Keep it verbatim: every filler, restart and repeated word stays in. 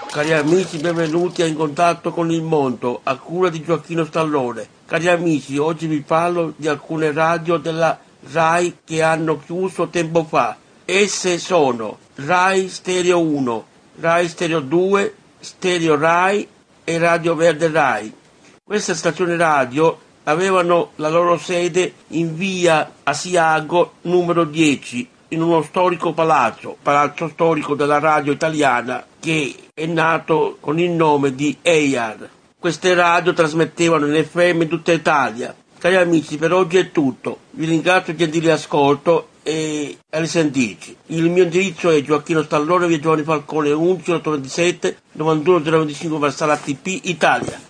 Cari amici, benvenuti a In Contatto con il Mondo, a cura di Gioacchino Stallone. Cari amici, oggi vi parlo di alcune radio della RAI che hanno chiuso tempo fa. Esse sono RAI Stereo uno, RAI Stereo due, Stereo RAI e Radio Verde RAI. Queste stazioni radio avevano la loro sede in via Asiago numero dieci, in uno storico palazzo, palazzo storico della radio italiana, che è nato con il nome di E I A R. Queste radio trasmettevano in F M in tutta Italia. Cari amici, per oggi è tutto. Vi ringrazio gentile ascolto e a risentirci. Il mio indirizzo è Gioacchino Stallone, via Giovanni Falcone undici ottocentoventisette novantuno zero venticinque Marsala T P, Italia.